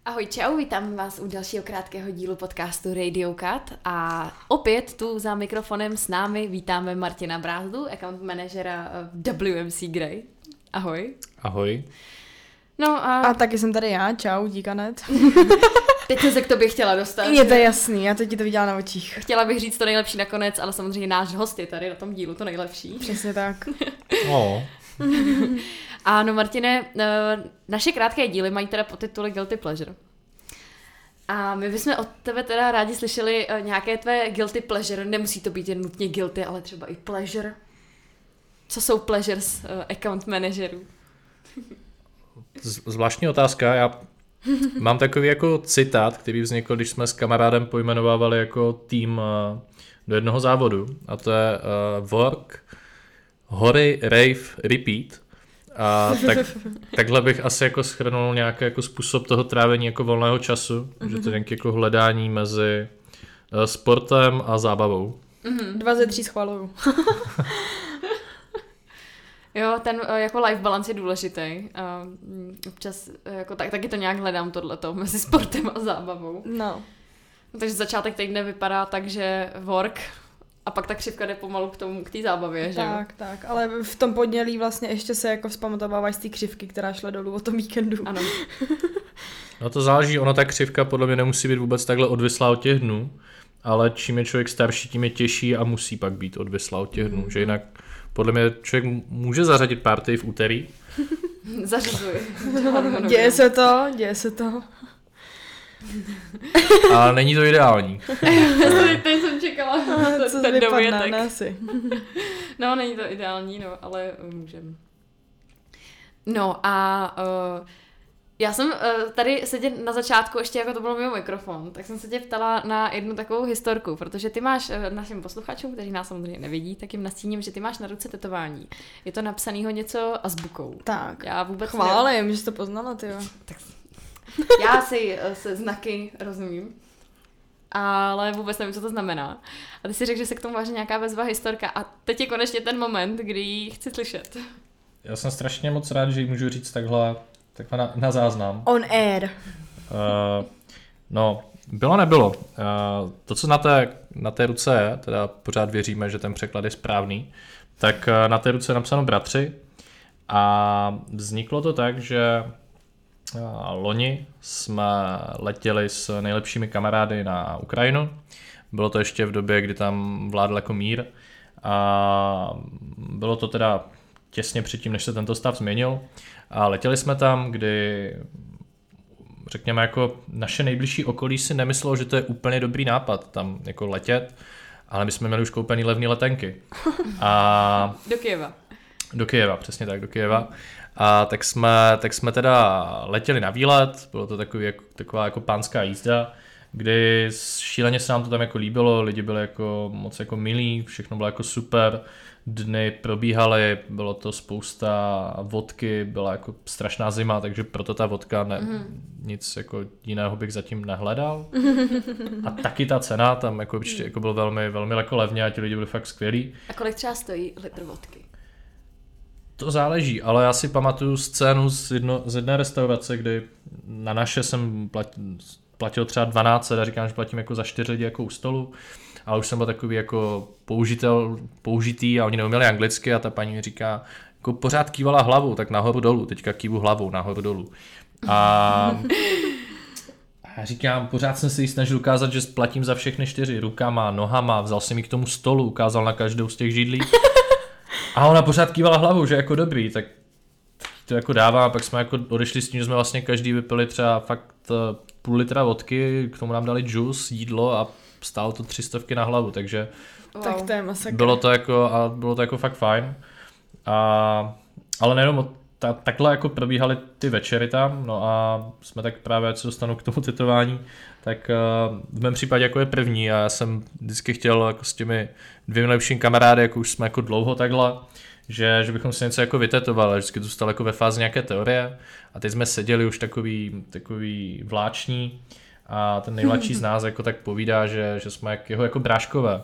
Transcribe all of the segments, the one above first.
Ahoj, čau, vítám vás u dalšího krátkého dílu podcastu Radio Cut a opět tu za mikrofonem s námi vítáme Martina Brázdu, account manažera WMC Grey. Ahoj. Ahoj. No a taky jsem tady já, čau, díkanet. Teď jsem se k tobě chtěla dostat. Je to jasný, já teď ti to viděla na očích. Chtěla bych říct to nejlepší nakonec, ale samozřejmě náš host je tady na tom dílu to nejlepší. Přesně tak. Ano, Martine, naše krátké díly mají teda podtituly Guilty Pleasure. A my bychom od tebe teda rádi slyšeli nějaké tvé guilty pleasure. Nemusí to být jen nutně guilty, ale třeba i pleasure. Co jsou pleasures account manažerů? Zvláštní otázka. Já mám takový jako citát, který vznikl, když jsme s kamarádem pojmenovávali jako tým do jednoho závodu. A to je work, hory, rave, repeat. A takhle bych asi jako shrnul nějaký jako způsob toho trávení jako volného času, že to je nějaké jako hledání mezi sportem a zábavou. 2 ze 3 schvaluju. Jo, ten jako life balance je důležitý. Občas jako taky to nějak hledám tohleto mezi sportem a zábavou. No. Takže začátek týdne vypadá tak, že work a pak ta křivka jde pomalu k té zábavě, že jo? Tak, ale v tom podnělí vlastně ještě se jako vzpamatováváš z té křivky, která šla dolů o tom víkendu. Ano. No to záleží, ona ta křivka podle mě nemusí být vůbec takhle odvislá od těch dnů, ale čím je člověk starší, tím je těžší a musí pak být odvislá od těch dnů, že jinak podle mě člověk může zařadit party v úterý. Zařazuji. Děje se to. A není to ideální. Teď jsem čekala co ten dovětek. No, není to ideální, no, ale můžeme. No a já jsem tady sedět na začátku, ještě jako to bylo mimo mikrofon, tak jsem se tě ptala na jednu takovou historku, protože ty máš našim posluchačům, kteří nás samozřejmě nevidí, tak jim nastíním, že ty máš na ruce tetování. Je to napsanýho něco azbukou. Tak, já vůbec chválím, že jsi to poznala, tyjo. Tak já si se znaky rozumím, ale vůbec nevím, co to znamená. A ty si řekl, že se k tomu váže nějaká bezva historka a teď je konečně ten moment, kdy ji chci slyšet. Já jsem strašně moc rád, že ji můžu říct takhle na záznam. On air. No, bylo nebylo. To, co na té ruce je, teda pořád věříme, že ten překlad je správný, tak na té ruce je napsáno bratři a vzniklo to tak, že loni jsme letěli s nejlepšími kamarády na Ukrajinu. Bylo to ještě v době, kdy tam vládl jako mír a bylo to teda těsně předtím, než se tento stav změnil. A letěli jsme tam, kdy řekněme jako naše nejbližší okolí si nemyslelo, že to je úplně dobrý nápad tam jako letět, ale my jsme měli už koupený levný letenky. A do Kyjeva, přesně tak, do Kyjeva. A tak jsme teda letěli na výlet, bylo to taková jako pánská jízda, kdy šíleně se nám to tam jako líbilo, lidi byli jako moc jako milí, všechno bylo jako super, dny probíhaly, bylo to spousta vodky, byla jako strašná zima, takže proto ta vodka, nic jako jiného bych zatím nehledal. A taky ta cena tam jako určitě jako bylo velmi, velmi jako levně a ti lidi byli fakt skvělí. A kolik třeba stojí litr vodky? To záleží, ale já si pamatuju scénu z jedné restaurace, kdy na naše jsem platil třeba 12 a říkám, že platím jako za 4 lidi jako u stolu, ale už jsem byl takový jako použitý a oni neuměli anglicky a ta paní mi říká, jako pořád kývala hlavou, tak nahoru dolů, teďka kývu hlavou, nahoru dolů. A říkám, pořád jsem si jí snažil ukázat, že platím za všechny 4 rukama, nohama, vzal jsem jí k tomu stolu, ukázal na každou z těch židlí. A ona pořád kývala hlavou, že jako dobrý, tak to jako dává, a pak jsme jako odešli s tím, že jsme vlastně každý vypili třeba fakt půl litra vodky, k tomu nám dali džus, jídlo a stálo to 300 na hlavu, takže tak to je masakr. Bylo to jako fakt fajn. Ale nejenom takhle jako probíhaly ty večery tam, no a jsme tak právě, co dostanu k tomu tetování, tak v mém případě jako je první a já jsem vždycky chtěl jako s těmi 2 nejlepšími kamarády, jako už jsme jako dlouho takhle, že bychom si něco jako vytetovali, vždycky to stalo jako ve fázi nějaké teorie a teď jsme seděli už takový vláční a ten nejmladší z nás jako tak povídá, že jsme jak jeho jako bráškové.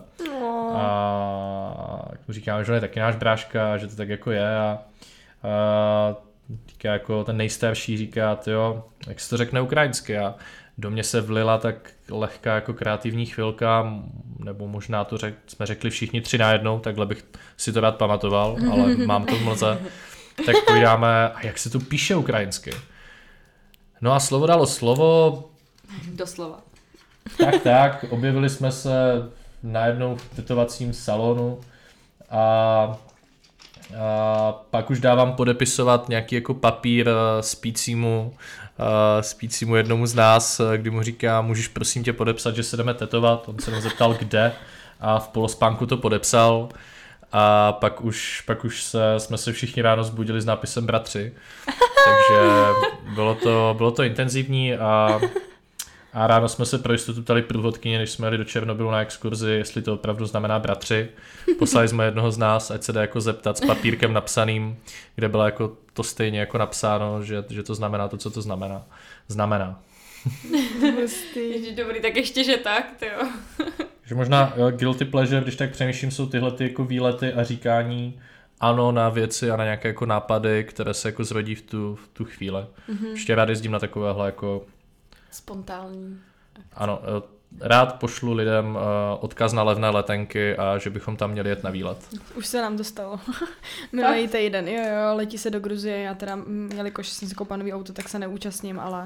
A říkáme, že on je taky náš bráška, že to tak jako je a říká jako ten nejstarší říká, jo, jak se to řekne ukrajinsky a do mě se vlila tak lehká jako kreativní chvilka, nebo možná to jsme řekli všichni 3 najednou, takhle bych si to rád pamatoval, ale mám to v mlze. Tak povídáme, a jak se to píše ukrajinsky? No a slovo dalo slovo. Doslova. Tak, objevili jsme se najednou v tetovacím salonu a pak už dávám podepisovat nějaký jako papír spícímu jednomu z nás, kdy mu říká, můžeš prosím tě podepsat, že se jdeme tetovat. On se mě zeptal kde a v polospánku to podepsal a pak už jsme se všichni ráno zbudili s nápisem bratři. Takže bylo to intenzivní a ráno jsme se pro jistotu ptali průvodkyně, než jsme jeli do Černobylu na exkurzi, jestli to opravdu znamená bratři. Poslali jsme jednoho z nás, ať se jde jako zeptat s papírkem napsaným, kde bylo jako to stejně jako napsáno, že to znamená to, co to znamená. Ježiš, dobrý, tak ještě, že tak, tyjo. Že možná guilty pleasure, když tak přemýšlím, jsou tyhle ty jako výlety a říkání ano na věci a na nějaké jako nápady, které se jako zrodí v tu chvíli. Ještě rád jezdím na takovéhle jako spontánní. Ano, rád pošlu lidem odkaz na levné letenky a že bychom tam měli jet na výlet. Už se nám dostalo. Minulý týden, jo, letí se do Gruzie, já teda, jelikož jsem si koupila nový auto, tak se neúčastním, ale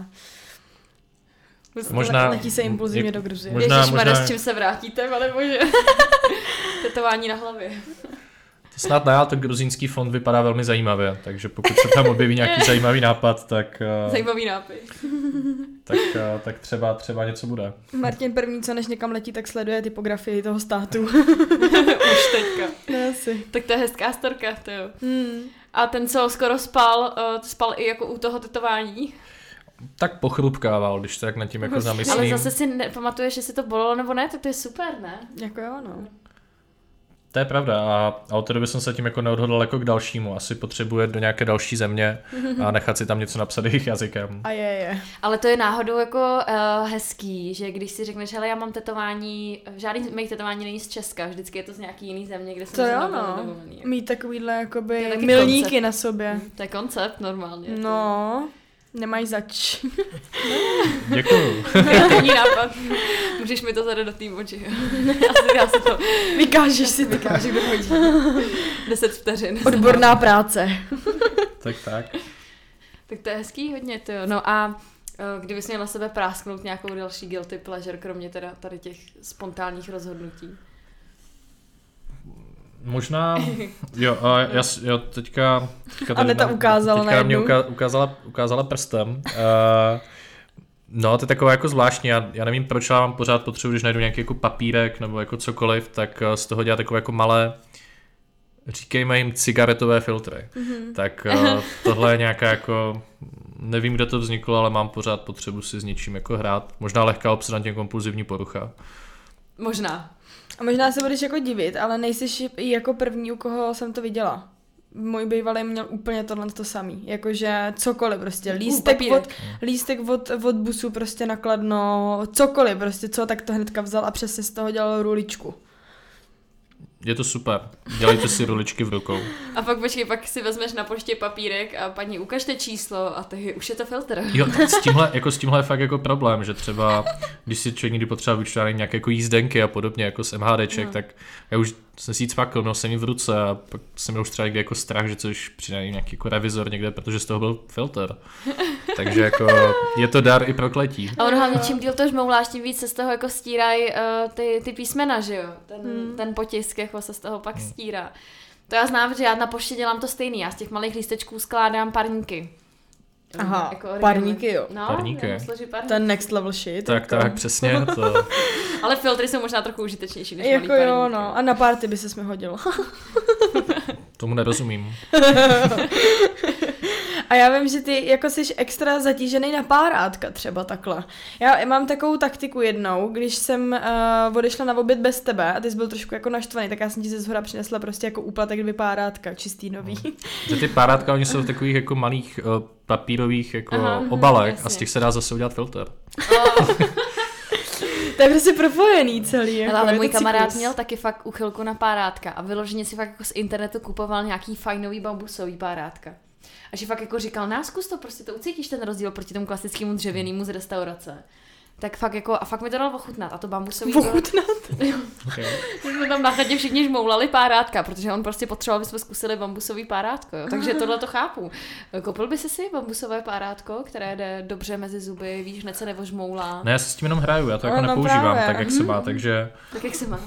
možná letí se impulzivně do Gruzie. Ježišmarja, s čím se vrátíte, ale bože. Tetování na hlavě. To snad ne, to gruzínský fond vypadá velmi zajímavě, takže pokud se tam objeví nějaký zajímavý nápad, tak... Zajímavý nápad. Tak třeba něco bude. Martin první, co než někam letí, tak sleduje typografii toho státu. Už teďka. Asi. Tak to je hezká storka, to jo. A ten, co skoro spal i jako u toho tetování. Tak pochrupkával, když tak nad tím jako zamyslím. Ale zase si nepamatuješ, jestli to bolelo nebo ne, tak to je super, ne? Jako jo, no. To je pravda a od té doby jsem se tím jako neodhodlal jako k dalšímu. Asi potřebuje do nějaké další země a nechat si tam něco napsat jejich jazykem. A je. Ale to je náhodou jako hezký, že když si řekneš, hele, já mám tetování, žádný mých tetování není z Česka, vždycky je to z nějaký jiný země, kde jsem se dovolený. Mít takovýhle jakoby milníky koncept na sobě. To je koncept normálně. No. Nemají zač. Děkuju. Kreativní nápad. Můžeš mi to zadat do tým oči. Já si to vykážeš si to. Vykážu do chodí. 10 vteřin. Odborná práce. Tak. Tak to je hezký hodně, to jo. No a kdybys měl na sebe prásknout nějakou další guilty pleasure, kromě teda tady těch spontánních rozhodnutí? Možná, jo, teďka Aneta ukázala teďka mě ukázala prstem. No, to je takové jako zvláštní, já nevím, proč já mám pořád potřebu, když najdu nějaký jako papírek nebo jako cokoliv, tak z toho dělat takové jako malé, říkejme jim cigaretové filtry. Tak tohle je nějaká jako, nevím, kde to vzniklo, ale mám pořád potřebu si s něčím jako hrát. Možná lehká obsedantně kompulzivní porucha. Možná. A možná se budeš jako divit, ale nejsi jako první, u koho jsem to viděla. Můj bývalý měl úplně tohle to samý. Jakože cokoliv prostě. Lístek od busu prostě na Kladno, cokoliv prostě, co, tak to hnedka vzal a přesně z toho dělal ruličku. Je to super. Dělejte si ruličky v rukou. A pak si vezmeš na poště papírek a paní ukažte číslo a teď už je to filtr. Jo, s tímhle je fakt jako problém, že třeba, když si člověk někdy potřeba vyčítat nějaké jako jízdenky a podobně, jako z MHDček, tak já už jsem si cvakl, měl jsem ji v ruce a pak jsem měl už třeba někde jako strach, že což přijde nějaký jako revizor někde, protože z toho byl filtr. Takže jako je to dar i prokletí. A on hlavně čím díl to žmouláš, tím víc se z toho jako stírají ty písmena, že jo? Ten potisk jako se z toho pak stírá. To já znám, že já na poště dělám to stejný, já z těch malých lístečků skládám parníky. Aha, jako parníky jo. No, parníky. Ten next level shit. Tak, přesně to. Ale filtry jsou možná trochu užitečnější než jako malý parník. Jo, no. A na party by se mi hodilo. Tomu nerozumím. A já vím, že ty jako jsi extra zatížený na párátka třeba takhle. Já mám takovou taktiku jednou, když jsem odešla na oběd bez tebe a ty jsi byl trošku jako naštvaný, tak já jsem ti ze zhora přinesla prostě jako úplatek 2 párátka, čistý nový. Že ty párátka, oni jsou v takových jako malých papírových jako obalech jasně. A z těch se dá zase udělat filtr. To je prostě propojený celý. Jako, ale můj kamarád měl taky fakt uchylku na párátka a vyloženě si fakt jako z internetu kupoval nějaký fajnový bambusový párátka. A že fakt jako říkal, zkus to, prostě to ucítíš ten rozdíl proti tomu klasickému dřevěnému z restaurace. Tak fakt jako, a fakt mi to dalo ochutnat. A to bambusový... Ochutnat? Okay. My jsme tam na chatě všichni žmoulali párátka, protože on prostě potřeboval, aby jsme zkusili bambusový párátko. Jo. Takže tohle to chápu. Koupil by si bambusové párátko, které jde dobře mezi zuby, víš, hned se nevožmoulá. Ne, já se s tím jenom hraju, já to jako nepoužívám právě. tak, jak se má, takže... Tak jak se má.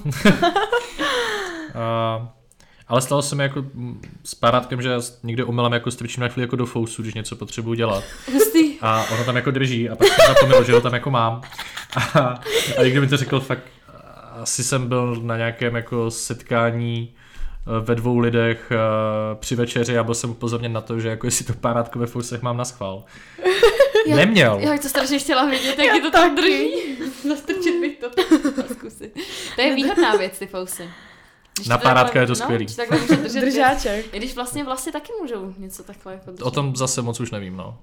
Ale stalo se mi jako s párátkem, že někde omylem jako strčím na chvíli jako do fousu, když něco potřebuju dělat. Hustý. A ono tam jako drží a pak jsem zapomněl, že ho tam jako mám. A někdo mi to řekl fakt, asi jsem byl na nějakém jako setkání ve 2 lidech při večeři a byl jsem upozorněn na to, že jako jestli to párátko ve fousech mám na schvál. Neměl. Já to strašně chtěla vidět, jak ti to tak drží. Zastrčit bych to zkusit. To je výhodná věc, ty fousy. Na párátka je to skvělý. Držáček. I když vlastně vlasy taky můžou něco takhle jako držet. O tom zase moc už nevím, no.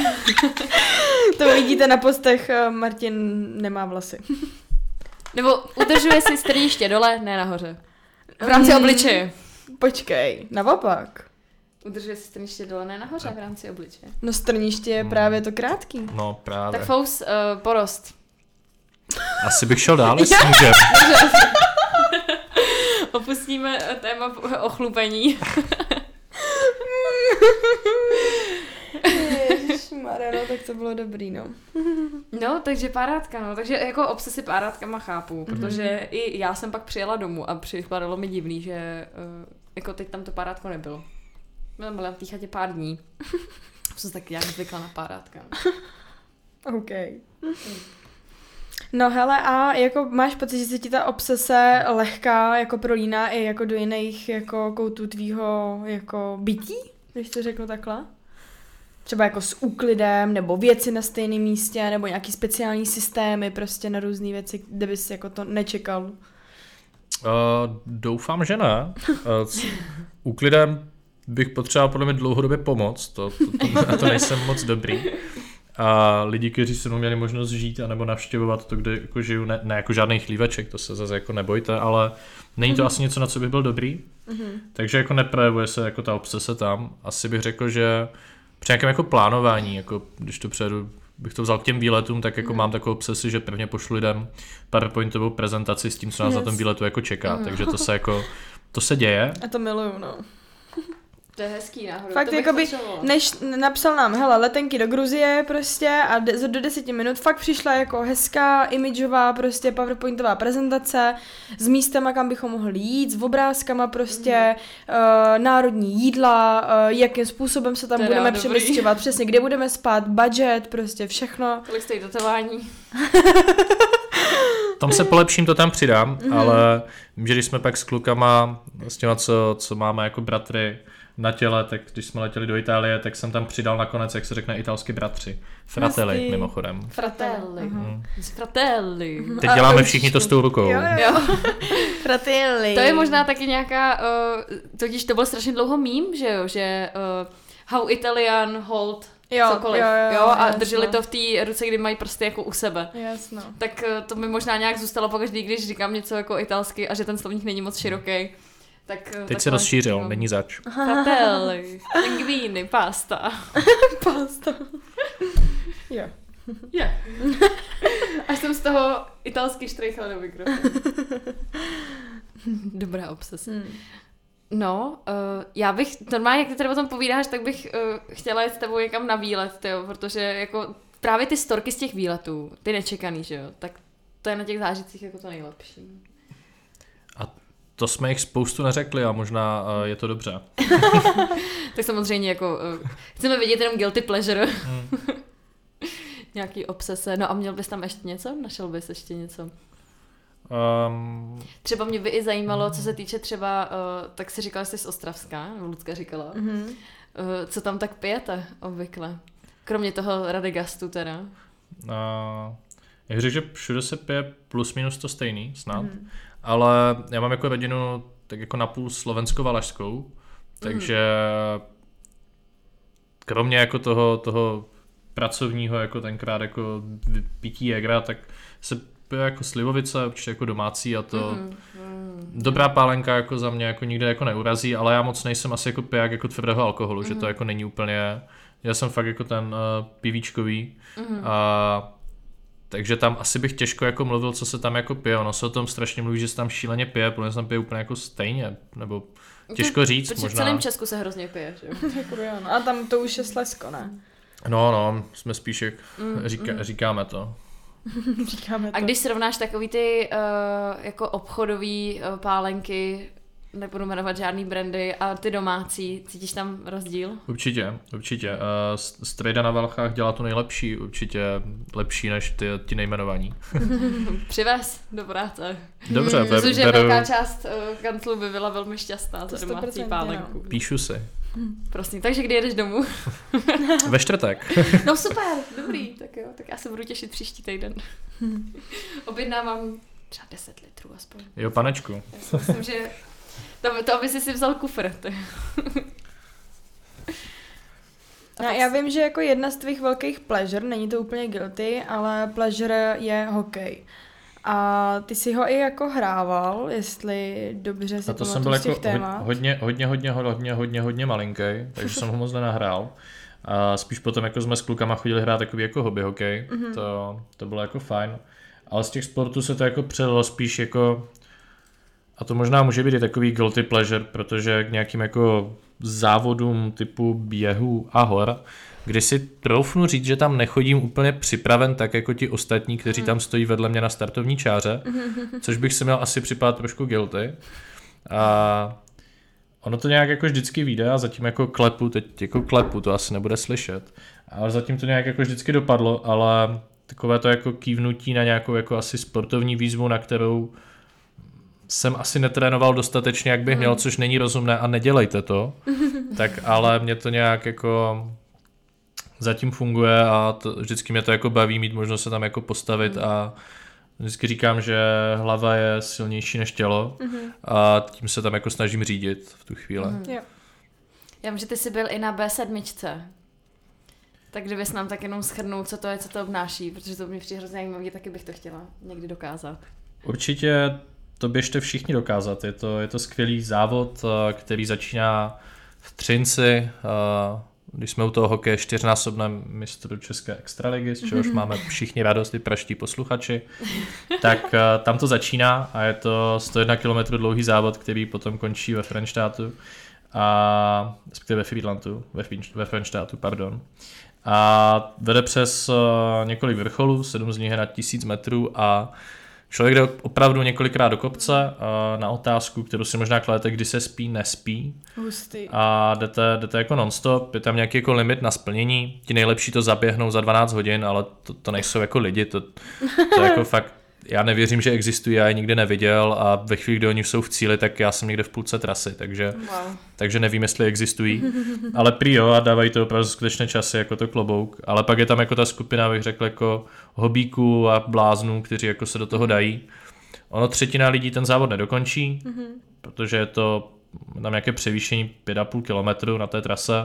To vidíte na postech, Martin nemá vlasy. Nebo udržuje si strniště dole, ne nahoře. V rámci obličeje. Počkej, naopak. Udržuje si strniště dole, ne nahoře v rámci obličeje. No strniště je právě to krátký. No právě. Tak fous, porost. Asi bych šel dál, jestli můžem. Opustíme téma ochlupení. Ježišmarja, no tak to bylo dobrý, no. No, takže párátka, no. Takže jako obsesi párátkama chápu, protože i já jsem pak přijela domů a připadalo mi divný, že jako teď tam to párátko nebylo. My tam byla v té chatě pár dní. Jsem se tak nějak zvykla na párátka. OK. No hele, a jako máš pocit, že se ti ta obsese lehká jako prolíná i jako do jiných jako koutů tvýho jako bytí, když to řeknu takhle? Třeba jako s úklidem, nebo věci na stejném místě, nebo nějaký speciální systémy prostě na různé věci, kde bys jako to nečekal. Doufám, že ne. S úklidem bych potřeboval podle mě dlouhodobě pomoct, na to nejsem moc dobrý. A lidi, kteří se mnou měli možnost žít anebo navštěvovat to, kde jako žiju, ne jako žádný chlíveček, to se zase jako nebojte, ale není to asi něco, na co bych byl dobrý. Takže jako neprojevuje se jako ta obsese tam. Asi bych řekl, že při nějakém jako plánování, jako když to přejdu, bych to vzal k těm výletům, tak jako mám takovou obsesi, že prvně pošlu lidem PowerPointovou prezentaci s tím, co nás na tom výletu jako čeká. Takže to se děje. A to miluju, no. To je hezký náhodou. Fakt jakoby, než napsal nám, hele, letenky do Gruzie prostě a do 10 minut fakt přišla jako hezká, imidžová prostě PowerPointová prezentace s místama, kam bychom mohli jít, s obrázkama prostě, národní jídla, jakým způsobem se tam budeme přemysťovat, přesně, kde budeme spát, budget, prostě všechno. Kolik stojí dotování? Tam se polepším, to tam přidám, ale vím, že když jsme pak s klukama, s těma, co máme jako bratry na těle, tak když jsme letěli do Itálie, tak jsem tam přidal nakonec, jak se řekne italsky bratři. Fratelli, mimochodem. Fratelli. Fratelli. Teď děláme všichni to s tou rukou. Jo. Fratelli. To je možná taky nějaká, totiž to byl strašně dlouho mím, že jo, že how Italian hold cokoliv. Jo, a jasno. drželi to v té ruce, kdy mají prsty jako u sebe. Jasno. Tak to mi možná nějak zůstalo pokaždý, když říkám něco jako italsky a že ten slovník není moc široký. Tak, teď se rozšířil, není zač. Fratelli, linguini, pasta. Pasta. Jo. Yeah. Až jsem z toho italsky štrejchala do mikrofonu. Dobrá obsese. No, já bych, normálně, jak ty tady o tom povídáš, tak bych chtěla jít s tebou někam na výlet, tyjo, protože jako právě ty storky z těch výletů, ty nečekaný, že jo, tak to je na těch zážitcích jako to nejlepší. A to jsme jich spoustu neřekli a možná je to dobře. Tak samozřejmě jako chceme vidět jenom guilty pleasure. Nějaký obsese. No a měl bys tam ještě něco? Našel bys ještě něco? Třeba mě by i zajímalo, co se týče třeba, tak si říkala, že jsi z Ostravska, nebo Lucka říkala. Co tam tak pijete obvykle? Kromě toho Radegastu teda. Já řekl, že všude se pije plus minus to stejný, snad. Ale já mám jako rodinu tak jako napůl slovensko-valašskou, takže kromě jako toho pracovního jako tenkrát jako pití Jägera, tak se pivo jako slivovice, určitě jako domácí a to dobrá pálenka jako za mě jako nikde jako neurazí, ale já moc nejsem asi jako piják jako tvrdého alkoholu, že to jako není úplně, já jsem fakt jako ten pivíčkový a takže tam asi bych těžko jako mluvil, co se tam jako pije, ono se o tom strašně mluví, že se tam šíleně pije, podle mě se tam pije úplně jako stejně, nebo těžko říct protože možná. v celém Česku se hrozně pije, že jo? A tam to už je Slezsko, ne? No, jsme spíš jak říkáme to. Říkáme to. A když srovnáš takový ty jako obchodový pálenky, nebudu jmenovat žádný brandy, a ty domácí, cítíš tam rozdíl? Určitě. Strejda na Valchách dělá to nejlepší, určitě lepší než ti nejmenovaní. Přivez do práce. Dobře, myslím, že velká část kanclu by byla velmi šťastná za domácí pálenku. No. Píšu si. Prosím, takže kdy jedeš domů? Ve čtvrtek. No super, dobrý, tak jo, tak já se budu těšit příští týden. Objednávám třeba 10 litrů aspoň. Jo, panečku. Já si myslím, že to aby si vzal kufr. Já vím, že jako jedna z tvých velkých pleasure, není to úplně guilty, ale pleasure je hokej. A ty si ho i jako hrával, jestli dobře si pamatuju z těch témat. Hodně malinký, takže jsem ho moc nenahrál. A spíš potom jako jsme s klukama chodili hrát takový jako hobby hokej, to bylo jako fajn. Ale z těch sportů se to jako přelilo spíš jako, a to možná může být i takový guilty pleasure, protože k nějakým jako závodům typu běhu a hor, kdy si troufnu říct, že tam nechodím úplně připraven tak jako ti ostatní, kteří tam stojí vedle mě na startovní čáře, což bych si měl asi připadat trošku guilty. A ono to nějak jako vždycky vyjde a zatím jako klepu, to asi nebude slyšet, ale zatím to nějak jako vždycky dopadlo, ale takové to jako kývnutí na nějakou jako asi sportovní výzvu, na kterou jsem asi netrénoval dostatečně, jak bych měl, což není rozumné a nedělejte to, tak ale mě to nějak jako zatím funguje a vždycky mě to jako baví mít možnost se tam jako postavit a vždycky říkám, že hlava je silnější než tělo a tím se tam jako snažím řídit v tu chvíli. Já vím, že ty jsi byl i na B7, tak kdybys nám tak jenom shrnul, co to je, co to obnáší, protože to mě přijde hrozně zajímavý, taky bych to chtěla někdy dokázat. Určitě to běžte všichni dokázat, je to skvělý závod, který začíná v Třinci, když jsme u toho hokeje 4násobném mistru České extraligy, z čehož máme všichni radost, i praští posluchači, tak tam to začíná a je to 101 km dlouhý závod, který potom končí ve Frenštátu, respektive ve Friedlandu, ve Frenštátu, pardon. A vede přes několik vrcholů, 7 z nich je na 1000 metrů a člověk jde opravdu několikrát do kopce na otázku, kterou si možná kladete, kdy se spí, nespí. Hustý. A jdete jako non-stop, je tam nějaký jako limit na splnění. Ti nejlepší to zaběhnou za 12 hodin, ale to nejsou jako lidi, to jako fakt, já nevěřím, že existují, já je nikdy neviděl a ve chvíli, kdy oni jsou v cíli, tak já jsem někde v půlce trasy, takže nevím, jestli existují. Ale prý jo a dávají to opravdu skutečné časy, jako to klobouk. Ale pak je tam jako ta skupina, bych řekl, jako hobíků a bláznů, kteří jako se do toho dají. Ono 1/3 lidí ten závod nedokončí, protože je to tam nějaké převýšení 5,5 kilometru na té trase.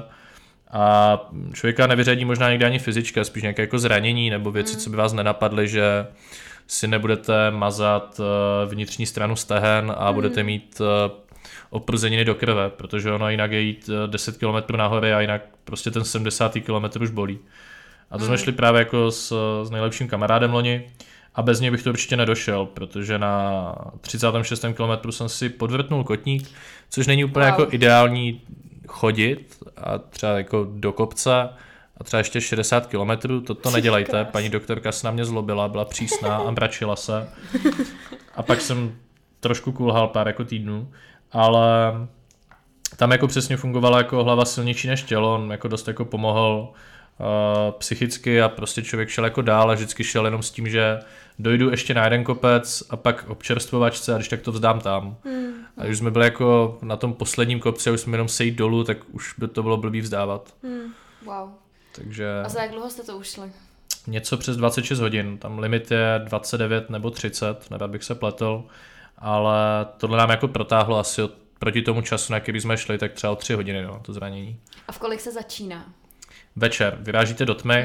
A člověka nevyřadí možná někde ani fyzička, spíš nějaké jako zranění nebo věci, co by vás nenapadly, že si nebudete mazat vnitřní stranu stehen a budete mít oprzeniny do krve, protože ono jinak je jít 10 km nahoře a jinak prostě ten 70. kilometr už bolí. A to jsme šli právě jako s nejlepším kamarádem loni a bez něj bych to určitě nedošel, protože na 36. kilometru jsem si podvrtnul kotník, což není úplně jako ideální chodit a třeba jako do kopce a třeba ještě 60 kilometrů, to nedělejte. Paní doktorka se na mě zlobila, byla přísná a mračila se. A pak jsem trošku kulhal pár jako týdnů, ale tam jako přesně fungovala jako hlava silnější než tělo, on jako dost jako pomohl psychicky a prostě člověk šel jako dál a vždycky šel jenom s tím, že dojdu ještě na jeden kopec a pak občerstvovačce a když tak to vzdám tam. A když jsme byli jako na tom posledním kopci a už jsme jenom sejít dolů, tak už by to bylo blbý vzdávat. Wow. Takže a za jak dlouho jste to ušli? Něco přes 26 hodin, tam limit je 29 nebo 30, nerad bych se pletl, ale tohle nám jako protáhlo asi proti tomu času, na který jsme šli, tak třeba o 3 hodiny, no, to zranění. A v kolik se začíná? Večer, vyrážíte do tmy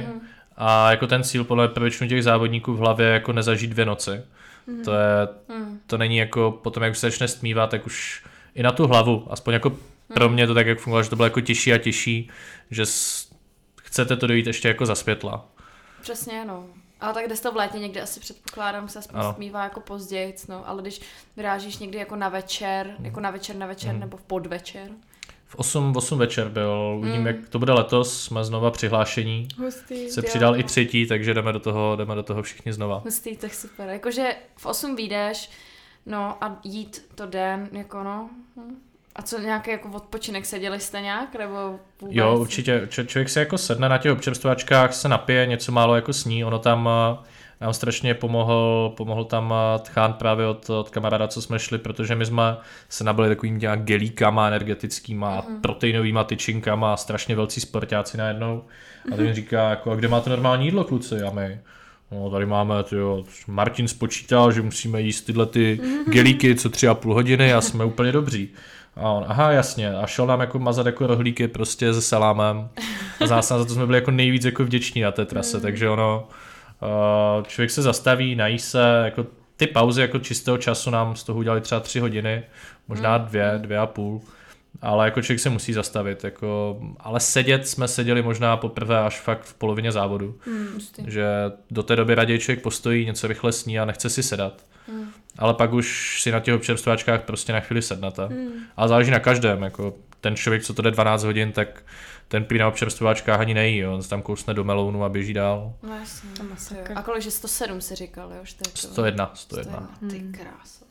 A jako ten cíl podle pro většinu těch závodníků v hlavě jako nezažít 2 noci. To není jako potom, jak se začne stmívat, tak už i na tu hlavu, aspoň jako pro mě to tak, jak fungovalo, že to bylo jako těžší a těžší, že chcete to dojít ještě jako za světla. Přesně, no. Ale tak jde to v létě někde asi předpokládám, se aspoň stmívá jako později, no, ale když vyrážíš někdy jako na večer, nebo v podvečer. V 8 večer byl, uvidím, jak to bude letos, jsme znova přihlášení. Hustý. Se přidal i 3., takže jdeme do toho všichni znova. Hustý, tak super. Jakože v 8 vyjdeš, no a jít to den, jako no. A co, nějaký jako odpočinek, seděli jste nějak, nebo vůbec? Jo, určitě. Člověk se jako sedne na těch občerstvovačkách, se napije, něco málo jako sní, ono tam nám strašně pomohl tam tchán právě od kamaráda, co jsme šli, protože my jsme se nabili takovým nějak gelíkama energetickýma a proteinovýma tyčinkama a strašně velcí sportáci najednou. A ten mi říká, jako, a kde máte normální jídlo, kluci? A my, no tady máme, tyjo, Martin spočítal, že musíme jíst tyhle ty gelíky co 3,5 hodiny a jsme úplně dobří. A on, aha, jasně, a šel nám jako mazat jako rohlíky prostě se salámem a za to jsme byli jako nejvíc jako vděční na té trase, takže ono, člověk se zastaví, nají se, jako ty pauzy jako čistého času nám z toho udělali třeba 3 hodiny, možná 2,5, ale jako člověk se musí zastavit, jako, ale jsme seděli možná poprvé až fakt v polovině závodu, že do té doby raději člověk postojí, něco rychle sní a nechce si sedat. Ale pak už si na těch občerstváčkách prostě na chvíli sednete. Ale záleží na každém, jako ten člověk, co to jde 12 hodin, tak ten prý na občerstvováčkách ani nejí, on se tam kousne do melounu a běží dál. No jasně. A kolik, že 107 si říkal, jo? 101. Ty kráso.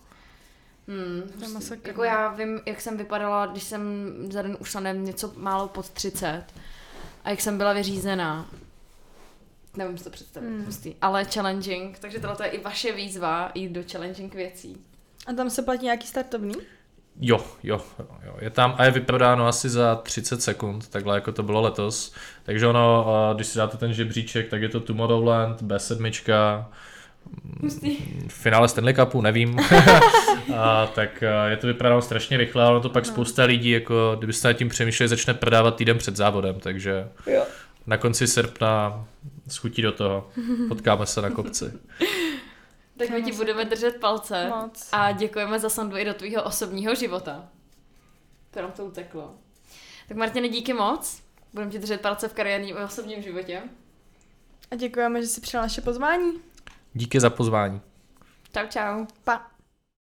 Jako já vím, jak jsem vypadala, když jsem za den ušla něco málo pod 30 a jak jsem byla vyřízená. Nevím si to představit, ale challenging, takže tohle je i vaše výzva, jít do challenging věcí. A tam se platí nějaký startovný? Jo, je tam a je vyprodáno asi za 30 sekund, takhle jako to bylo letos. Takže ono, když si dáte ten žebříček, tak je to Tomorrowland, B7, v finále Stanley Cupu, nevím. Tak je to vyprodáno strašně rychle, ale to pak spousta lidí, jako kdybyste nad tím přemýšleli, začne prodávat týden před závodem, takže na konci srpna schutí do toho. Potkáme se na kopci. Tak my ti budeme držet palce moc. A děkujeme za sondu i do tvýho osobního života. To nám to uteklo. Tak Martine, díky moc. Budeme ti držet palce v kariérním a osobním životě. A děkujeme, že jsi přijala naše pozvání. Díky za pozvání. Čau. Pa.